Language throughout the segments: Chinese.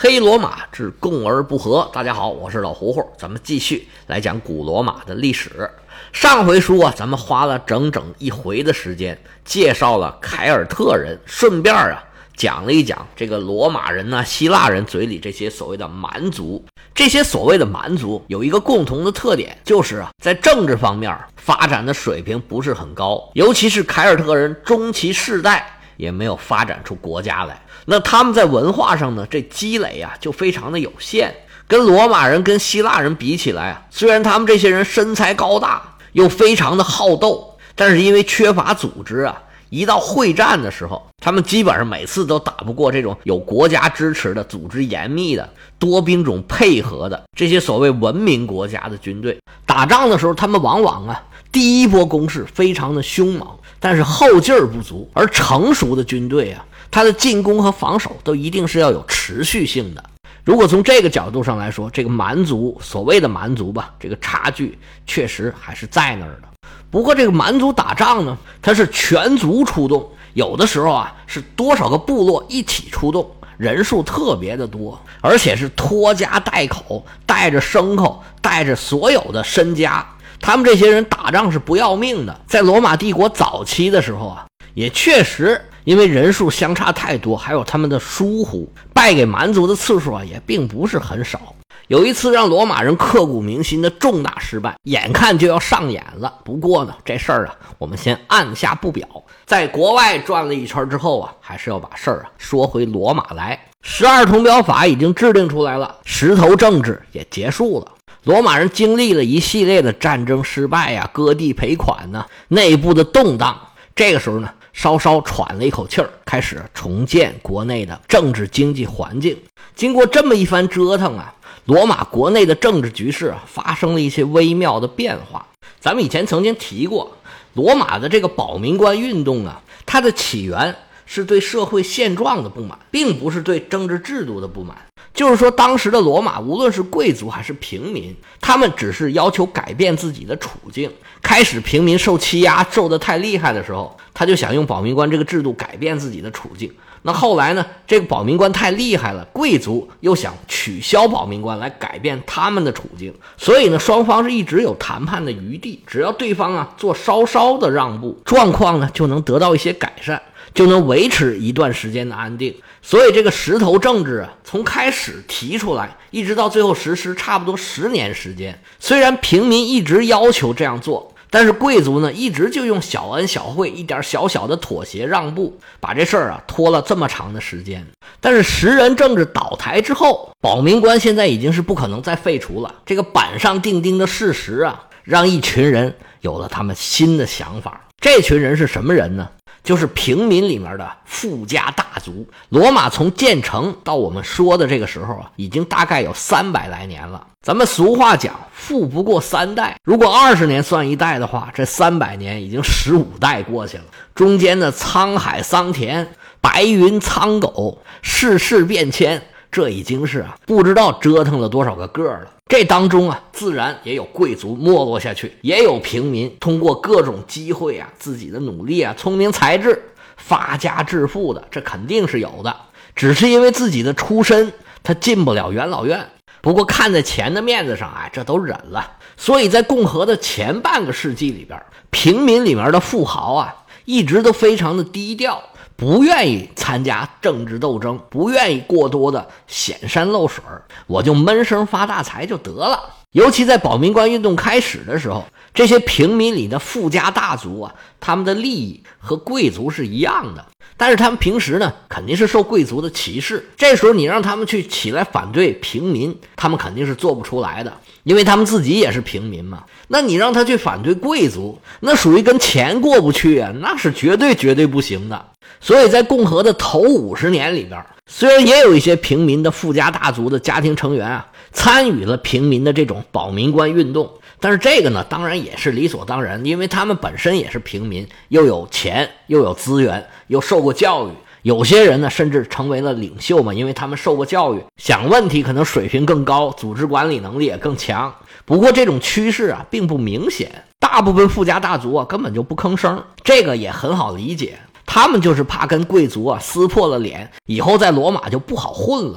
黑罗马之共而不和。大家好，我是老胡胡，咱们继续来讲古罗马的历史。上回书咱们花了整整一回的时间介绍了凯尔特人，顺便讲了一讲这个罗马人希腊人嘴里这些所谓的蛮族。这些所谓的蛮族有一个共同的特点，就是在政治方面发展的水平不是很高，尤其是凯尔特人中期世代也没有发展出国家来。那他们在文化上呢，这积累就非常的有限，跟罗马人跟希腊人比起来虽然他们这些人身材高大又非常的好斗，但是因为缺乏组织一到会战的时候，他们基本上每次都打不过这种有国家支持的、组织严密的、多兵种配合的这些所谓文明国家的军队。打仗的时候，他们往往第一波攻势非常的凶猛，但是后劲儿不足。而成熟的军队它的进攻和防守都一定是要有持续性的。如果从这个角度上来说，这个蛮族，所谓的蛮族这个差距确实还是在那儿的。不过这个蛮族打仗呢，它是全族出动，有的时候是多少个部落一起出动，人数特别的多，而且是拖家带口，带着牲口，带着所有的身家。他们这些人打仗是不要命的。在罗马帝国早期的时候也确实因为人数相差太多，还有他们的疏忽，败给蛮族的次数也并不是很少。有一次让罗马人刻骨铭心的重大失败，眼看就要上演了。不过呢，这事儿我们先按下不表。在国外转了一圈之后还是要把事儿说回罗马来。12铜表法已经制定出来了，石头政治也结束了。罗马人经历了一系列的战争失败割地赔款内部的动荡。这个时候呢，稍稍喘了一口气儿，开始重建国内的政治经济环境。经过这么一番折腾罗马国内的政治局势发生了一些微妙的变化。咱们以前曾经提过，罗马的这个保民官运动它的起源是对社会现状的不满，并不是对政治制度的不满。就是说，当时的罗马无论是贵族还是平民，他们只是要求改变自己的处境。开始平民受欺压受得太厉害的时候，他就想用保民官这个制度改变自己的处境。那后来呢，这个保民官太厉害了，贵族又想取消保民官来改变他们的处境。所以呢，双方是一直有谈判的余地，只要对方做稍稍的让步，状况呢就能得到一些改善，就能维持一段时间的安定。所以这个石头政治从开始提出来一直到最后实施差不多10年时间。虽然平民一直要求这样做，但是贵族呢一直就用小恩小惠，一点小小的妥协让步，把这事儿拖了这么长的时间。但是10人政治倒台之后，保民官现在已经是不可能再废除了。这个板上钉钉的事实让一群人有了他们新的想法。这群人是什么人呢？就是平民里面的富家大族。罗马从建成到我们说的这个时候已经大概有300来年了。咱们俗话讲，富不过3代。如果20年算一代的话，这300年已经15代过去了。中间的沧海桑田，白云苍狗，世事变迁，这已经是不知道折腾了多少个个了。这当中自然也有贵族没落下去，也有平民通过各种机会自己的努力聪明才智发家致富的，这肯定是有的。只是因为自己的出身他进不了元老院，不过看在钱的面子上这都忍了。所以在共和的前半个世纪里边，平民里面的富豪一直都非常的低调，不愿意参加政治斗争，不愿意过多的显山露水，我就闷声发大财就得了。尤其在保民官运动开始的时候，这些平民里的富家大族他们的利益和贵族是一样的，但是他们平时呢肯定是受贵族的歧视。这时候你让他们去起来反对平民，他们肯定是做不出来的，因为他们自己也是平民嘛。那你让他去反对贵族，那属于跟钱过不去那是绝对不行的。所以在共和的头50年里边，虽然也有一些平民的富家大族的家庭成员参与了平民的这种保民官运动，但是这个呢当然也是理所当然，因为他们本身也是平民，又有钱又有资源，又受过教育。有些人呢甚至成为了领袖嘛，因为他们受过教育，想问题可能水平更高，组织管理能力也更强。不过这种趋势并不明显，大部分富家大族根本就不吭声，这个也很好理解。他们就是怕跟贵族撕破了脸，以后在罗马就不好混了。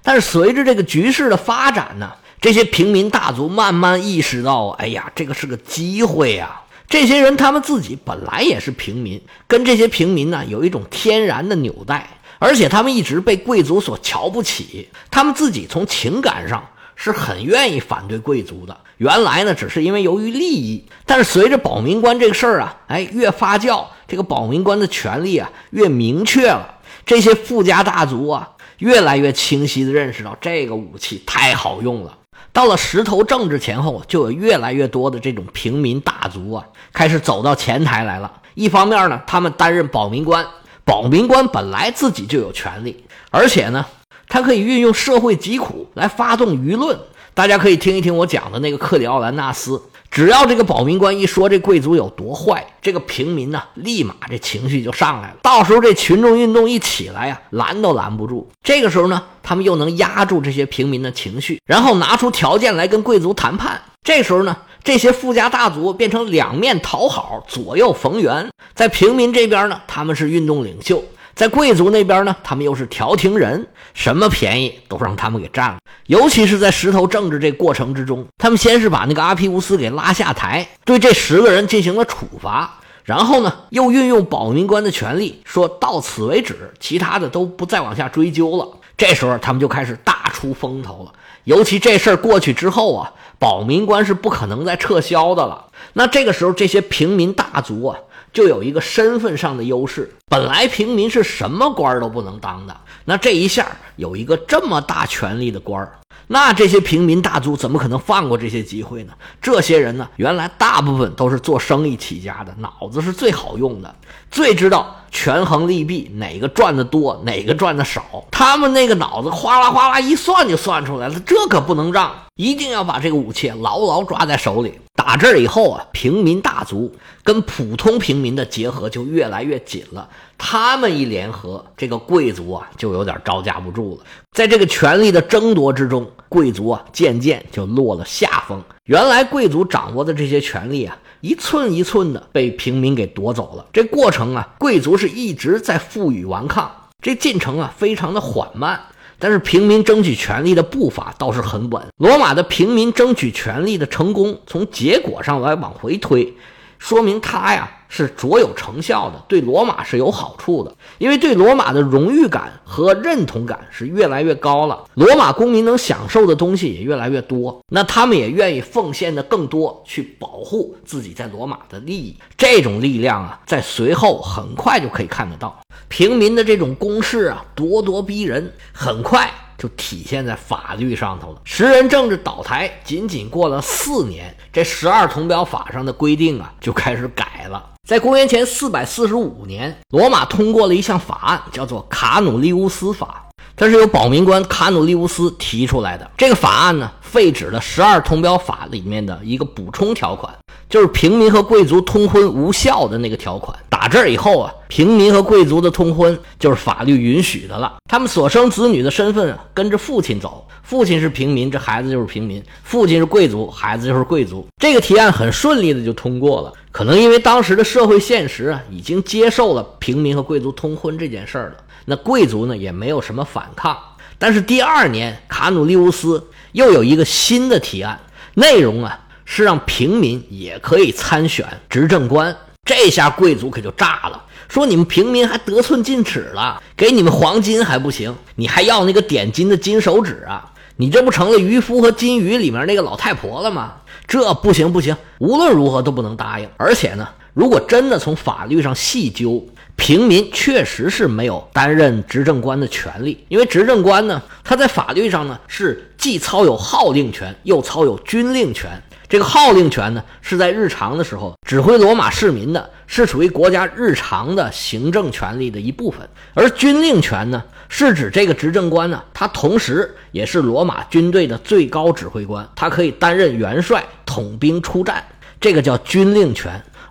但是随着这个局势的发展呢，这些平民大族慢慢意识到，哎呀，这个是个机会啊。这些人他们自己本来也是平民，跟这些平民呢有一种天然的纽带，而且他们一直被贵族所瞧不起，他们自己从情感上是很愿意反对贵族的。原来呢只是因为由于利益，但是随着保民官这个事儿啊，越发酵，这个保民官的权利啊越明确了，这些富家大族啊越来越清晰地认识到这个武器太好用了。到了石头政治前后，就有越来越多的这种平民大族啊开始走到前台来了。一方面呢，他们担任保民官，保民官本来自己就有权利，而且呢他可以运用社会疾苦来发动舆论。大家可以听一听我讲的那个克里奥兰纳斯，只要这个保民官一说这贵族有多坏，这个平民呢立马这情绪就上来了，到时候这群众运动一起来呀，拦都拦不住。这个时候呢，他们又能压住这些平民的情绪，然后拿出条件来跟贵族谈判。这时候呢，这些富家大族变成两面讨好，左右逢源。在平民这边呢，他们是运动领袖，在贵族那边呢，他们又是调停人，什么便宜都让他们给占了。尤其是在石头政治这过程之中，他们先是把那个阿皮乌斯给拉下台，对这10个人进行了处罚，然后呢又运用保民官的权利，说到此为止，其他的都不再往下追究了。这时候他们就开始大出风头了。尤其这事儿过去之后啊，保民官是不可能再撤销的了。那这个时候这些平民大族啊就有一个身份上的优势，本来平民是什么官都不能当的，那这一下有一个这么大权力的官，那这些平民大族怎么可能放过这些机会呢？这些人呢，原来大部分都是做生意起家的，脑子是最好用的，最知道权衡利弊，哪个赚的多，哪个赚的少，他们那个脑子哗啦哗啦一算就算出来了，这可不能让，一定要把这个武器牢牢抓在手里。打这儿以后啊，平民大族跟普通平民的结合就越来越紧了，他们一联合，这个贵族啊就有点招架不住了。在这个权力的争夺之中，贵族啊渐渐就落了下风。原来贵族掌握的这些权力啊，一寸一寸的被平民给夺走了。这过程啊，贵族是一直在负隅顽抗，这进程啊非常的缓慢，但是平民争取权利的步伐倒是很稳。罗马的平民争取权利的成功，从结果上来往回推，说明他呀是卓有成效的，对罗马是有好处的。因为对罗马的荣誉感和认同感是越来越高了，罗马公民能享受的东西也越来越多，那他们也愿意奉献的更多，去保护自己在罗马的利益。这种力量啊，在随后很快就可以看得到。平民的这种攻势啊，咄咄逼人，很快就体现在法律上头了。食人政治倒台仅仅过了4年，这12铜表法上的规定啊就开始改了。在公元前445年，罗马通过了一项法案，叫做卡努利乌斯法，它是由保民官卡努利乌斯提出来的。这个法案呢，废止了12铜表法里面的一个补充条款，就是平民和贵族通婚无效的那个条款。打这儿以后啊，平民和贵族的通婚就是法律允许的了，他们所生子女的身份啊跟着父亲走，父亲是平民，这孩子就是平民；父亲是贵族，孩子就是贵族。这个提案很顺利的就通过了，可能因为当时的社会现实啊已经接受了平民和贵族通婚这件事儿了，那贵族呢也没有什么反抗。但是第2年，卡努利乌斯又有一个新的提案，内容啊是让平民也可以参选执政官。这下贵族可就炸了，说你们平民还得寸进尺了，给你们黄金还不行，你还要那个点金的金手指啊，你这不成了渔夫和金鱼里面那个老太婆了吗？这不行不行，无论如何都不能答应。而且呢，如果真的从法律上细究，平民确实是没有担任执政官的权利，因为执政官呢，他在法律上呢是既操有号令权，又操有军令权。这个号令权呢，是在日常的时候指挥罗马市民的，是属于国家日常的行政权力的一部分。而军令权呢，是指这个执政官呢，他同时也是罗马军队的最高指挥官，他可以担任元帅，统兵出战，这个叫军令权。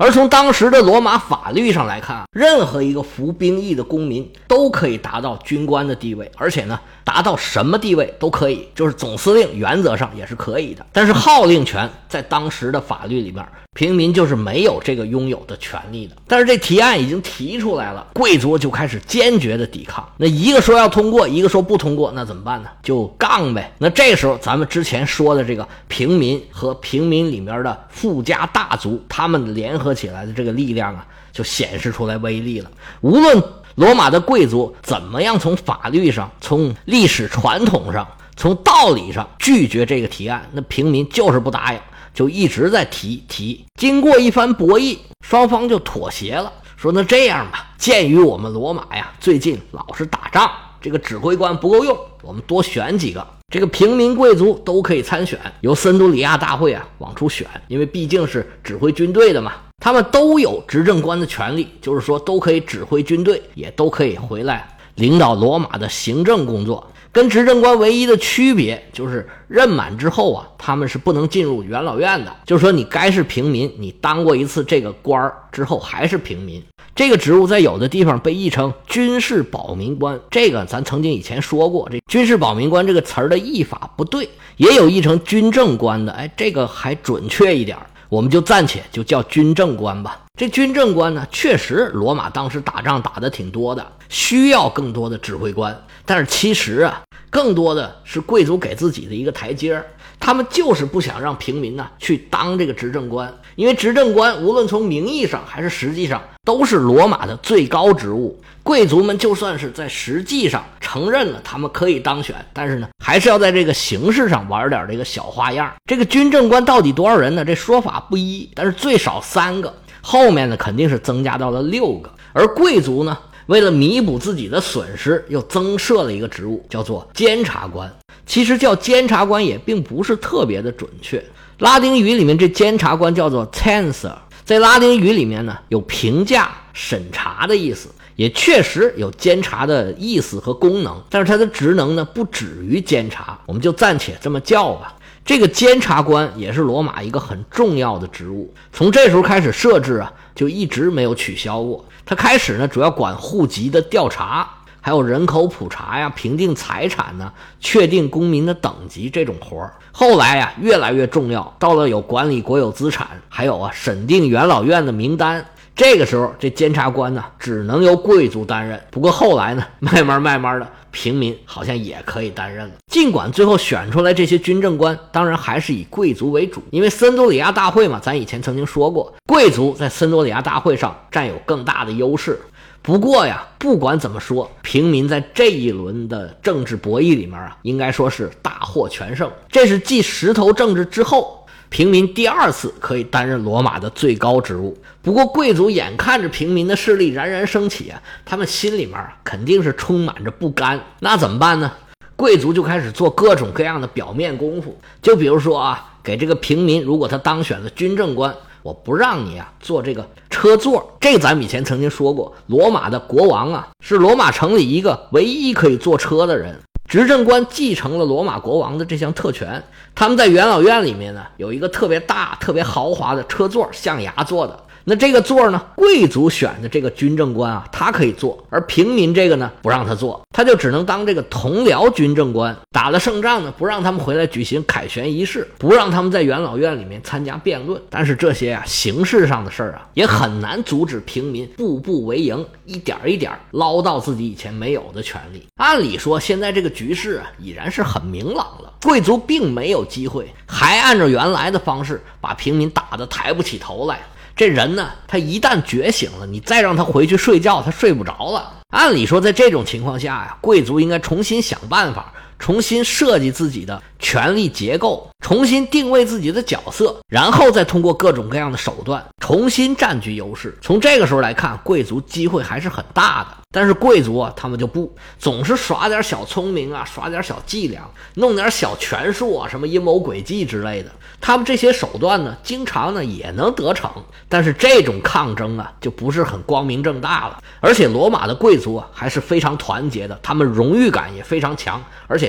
而从当时的罗马法律上来看，任何一个服兵役的公民都可以达到军官的地位，而且呢，达到什么地位都可以，就是总司令原则上也是可以的。但是号令权在当时的法律里面，平民就是没有这个拥有的权利的。但是这提案已经提出来了，贵族就开始坚决的抵抗。那一个说要通过，一个说不通过，那怎么办呢？就杠呗。那这时候咱们之前说的这个平民和平民里面的富家大族，他们联合起来的这个力量啊，就显示出来威力了。无论罗马的贵族怎么样从法律上、从历史传统上、从道理上拒绝这个提案，那平民就是不答应，就一直在提。经过一番博弈，双方就妥协了，说那这样吧，鉴于我们罗马呀最近老是打仗，这个指挥官不够用，我们多选几个，这个平民贵族都可以参选，由森多里亚大会啊往出选，因为毕竟是指挥军队的嘛，他们都有执政官的权利，就是说都可以指挥军队，也都可以回来领导罗马的行政工作。跟执政官唯一的区别就是任满之后啊，他们是不能进入元老院的，就是说你该是平民，你当过一次这个官之后还是平民。这个职务在有的地方被译成军事保民官，这个咱曾经以前说过，这军事保民官这个词儿的译法不对，也有译成军政官的，这个还准确一点，我们就暂且就叫军政官吧。这军政官呢，确实罗马当时打仗打得挺多的，需要更多的指挥官，但是其实啊，更多的是贵族给自己的一个台阶，他们就是不想让平民呢去当这个执政官，因为执政官无论从名义上还是实际上都是罗马的最高职务，贵族们就算是在实际上承认了他们可以当选，但是呢还是要在这个形式上玩点这个小花样。这个军政官到底多少人呢？这说法不一，但是最少3个，后面呢肯定是增加到了6个。而贵族呢，为了弥补自己的损失，又增设了一个职务，叫做监察官。其实叫监察官也并不是特别的准确，拉丁语里面这监察官叫做 censor， 在拉丁语里面呢有评价、审查的意思，也确实有监察的意思和功能，但是它的职能呢不止于监察，我们就暂且这么叫吧。这个监察官也是罗马一个很重要的职务，从这时候开始设置啊，就一直没有取消过。他开始呢，主要管户籍的调查，还有人口普查呀、评定财产呢、确定公民的等级这种活儿。后来呀，越来越重要，到了有管理国有资产，还有审定元老院的名单。这个时候，这监察官呢，只能由贵族担任。不过后来呢，慢慢的，平民好像也可以担任了。尽管最后选出来这些军政官，当然还是以贵族为主，因为森多里亚大会嘛，咱以前曾经说过，贵族在森多里亚大会上占有更大的优势。不过呀，不管怎么说，平民在这一轮的政治博弈里面啊，应该说是大获全胜。这是继石头政治之后，平民第2次可以担任罗马的最高职务。不过贵族眼看着平民的势力冉冉升起啊，他们心里面肯定是充满着不甘。那怎么办呢？贵族就开始做各种各样的表面功夫，就比如说啊，给这个平民，如果他当选了军政官，我不让你啊坐这个车座。这个咱们以前曾经说过，罗马的国王啊是罗马城里一个唯一可以坐车的人，执政官继承了罗马国王的这项特权。他们在元老院里面呢，有一个特别大特别豪华的车座，象牙做的。那这个座呢，贵族选的这个军政官啊，他可以坐，而平民这个呢不让他坐，他就只能当这个同僚军政官。打了胜仗呢，不让他们回来举行凯旋仪式，不让他们在元老院里面参加辩论。但是这些啊形式上的事儿啊，也很难阻止平民步步为营，一点一点捞到自己以前没有的权利。按理说现在这个局势啊已然是很明朗了，贵族并没有机会还按照原来的方式把平民打得抬不起头来。这人呢，他一旦觉醒了，你再让他回去睡觉，他睡不着了。按理说在这种情况下呀，贵族应该重新想办法，重新设计自己的权力结构，重新定位自己的角色，然后再通过各种各样的手段重新占据优势。从这个时候来看，贵族机会还是很大的。但是贵族啊，他们就不总是耍点小聪明啊，耍点小伎俩，弄点小权术啊，什么阴谋诡计之类的。他们这些手段呢，经常呢也能得逞，但是这种抗争啊，就不是很光明正大了。而且罗马的贵族啊，还是非常团结的，他们荣誉感也非常强，而且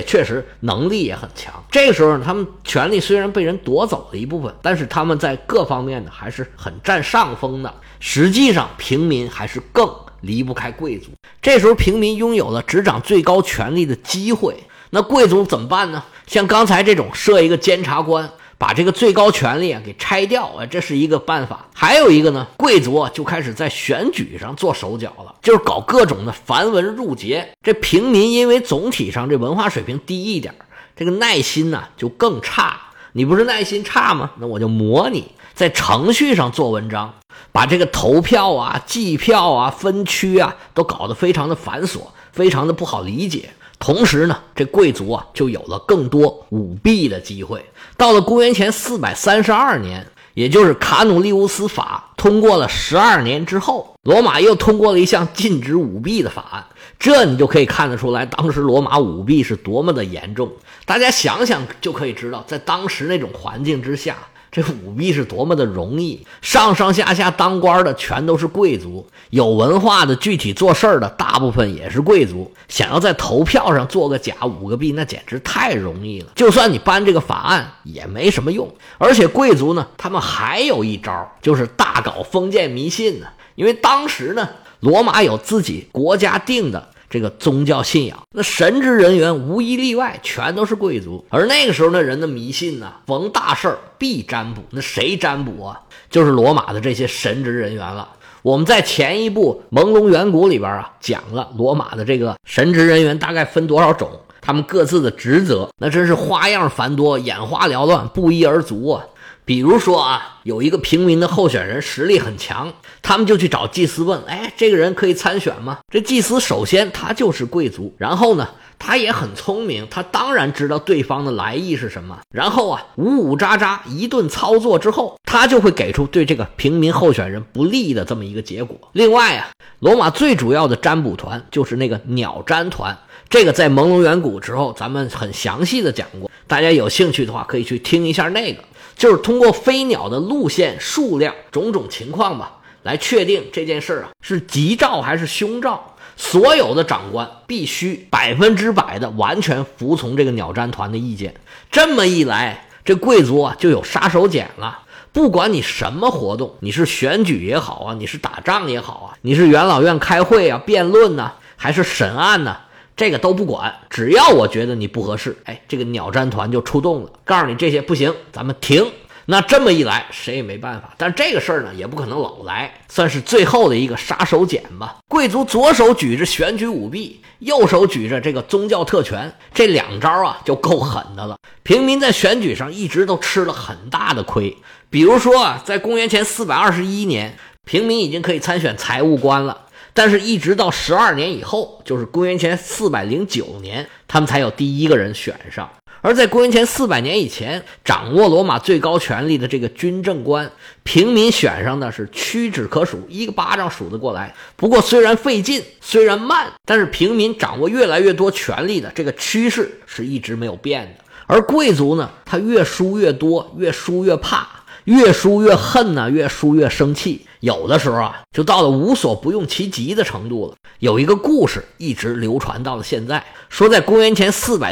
且确实能力也很强。这个时候他们权力虽然被人夺走了一部分，但是他们在各方面呢还是很占上风的。实际上平民还是更离不开贵族。这时候平民拥有了执掌最高权力的机会，那贵族怎么办呢？像刚才这种设一个监察官，把这个最高权力给拆掉，这是一个办法。还有一个呢，贵族就开始在选举上做手脚了，就是搞各种的繁文缛节。这平民因为总体上这文化水平低一点，这个耐心呢就更差。你不是耐心差吗？那我就磨你，在程序上做文章，把这个投票啊、计票啊、分区啊都搞得非常的繁琐，非常的不好理解。同时呢，这贵族啊就有了更多舞弊的机会。到了公元前432年，也就是卡努利乌斯法通过了12年之后，罗马又通过了一项禁止舞弊的法案。这你就可以看得出来，当时罗马舞弊是多么的严重。大家想想就可以知道，在当时那种环境之下，这舞弊是多么的容易。上上下下当官的全都是贵族，有文化的具体做事的大部分也是贵族。想要在投票上做个假舞个弊，那简直太容易了。就算你颁这个法案也没什么用。而且贵族呢，他们还有一招，就是大搞封建迷信呢。因为当时呢，罗马有自己国家定的这个宗教信仰，那神职人员无一例外全都是贵族。而那个时候的人的迷信呢，逢大事必占卜。那谁占卜啊？就是罗马的这些神职人员了。我们在前一部《朦胧远古》里边啊，讲了罗马的这个神职人员大概分多少种，他们各自的职责那真是花样繁多，眼花缭乱，不一而足啊。比如说啊，有一个平民的候选人实力很强，他们就去找祭司问，这个人可以参选吗？这祭司首先他就是贵族，然后呢他也很聪明，他当然知道对方的来意是什么，然后啊呜呜喳喳一顿操作之后，他就会给出对这个平民候选人不利的这么一个结果。另外啊，罗马最主要的占卜团就是那个鸟占团，这个在朦胧远古之后咱们很详细的讲过，大家有兴趣的话可以去听一下那个，就是通过飞鸟的路线、数量种种情况吧，来确定这件事啊是吉兆还是凶兆。所有的长官必须100%的完全服从这个鸟占团的意见。这么一来，这贵族啊就有杀手锏了。不管你什么活动，你是选举也好啊，你是打仗也好啊，你是元老院开会啊、辩论啊，还是审案呢，这个都不管。只要我觉得你不合适，这个鸟占团就出动了，告诉你这些不行，咱们停。那这么一来谁也没办法，但这个事儿呢也不可能老来，算是最后的一个杀手锏吧。贵族左手举着选举舞弊，右手举着这个宗教特权，这两招啊就够狠的了。平民在选举上一直都吃了很大的亏。比如说啊，在公元前421年，平民已经可以参选财务官了，但是一直到12年以后，就是公元前409年，他们才有第一个人选上。而在公元前400年以前，掌握罗马最高权力的这个军政官，平民选上的是屈指可数，一个巴掌数得过来。不过虽然费劲，虽然慢，但是平民掌握越来越多权力的这个趋势是一直没有变的。而贵族呢，他越输越多，越输越怕，越输越恨呢，越输越生气，有的时候啊就到了无所不用其极的程度了。有一个故事一直流传到了现在，说在公元前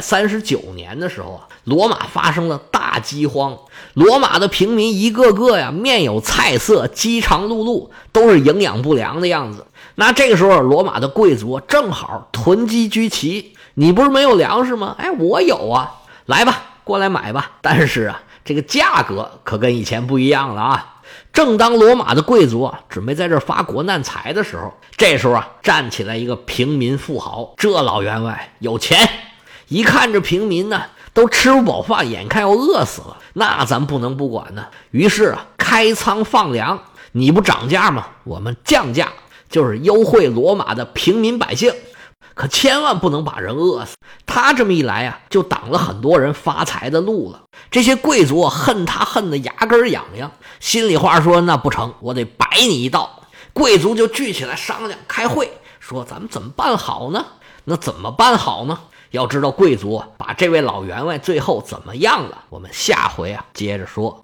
439年的时候啊，罗马发生了大饥荒，罗马的平民一个个呀面有菜色，饥肠辘辘，都是营养不良的样子。那这个时候罗马的贵族正好囤积居奇，你不是没有粮食吗？我有啊，来吧，过来买吧。但是啊，这个价格可跟以前不一样了啊。正当罗马的贵族啊准备在这儿发国难财的时候，这时候啊站起来一个平民富豪，这老员外有钱，一看这平民呢都吃不饱饭，眼看要饿死了，那咱不能不管呢。于是啊开仓放粮，你不涨价吗？我们降价，就是优惠罗马的平民百姓，可千万不能把人饿死。他这么一来啊，就挡了很多人发财的路了。这些贵族恨他恨得牙根痒痒，心里话说那不成，我得摆你一道。贵族就聚起来商量开会，说咱们怎么办好呢？那怎么办好呢？要知道贵族把这位老员外最后怎么样了，我们下回接着说。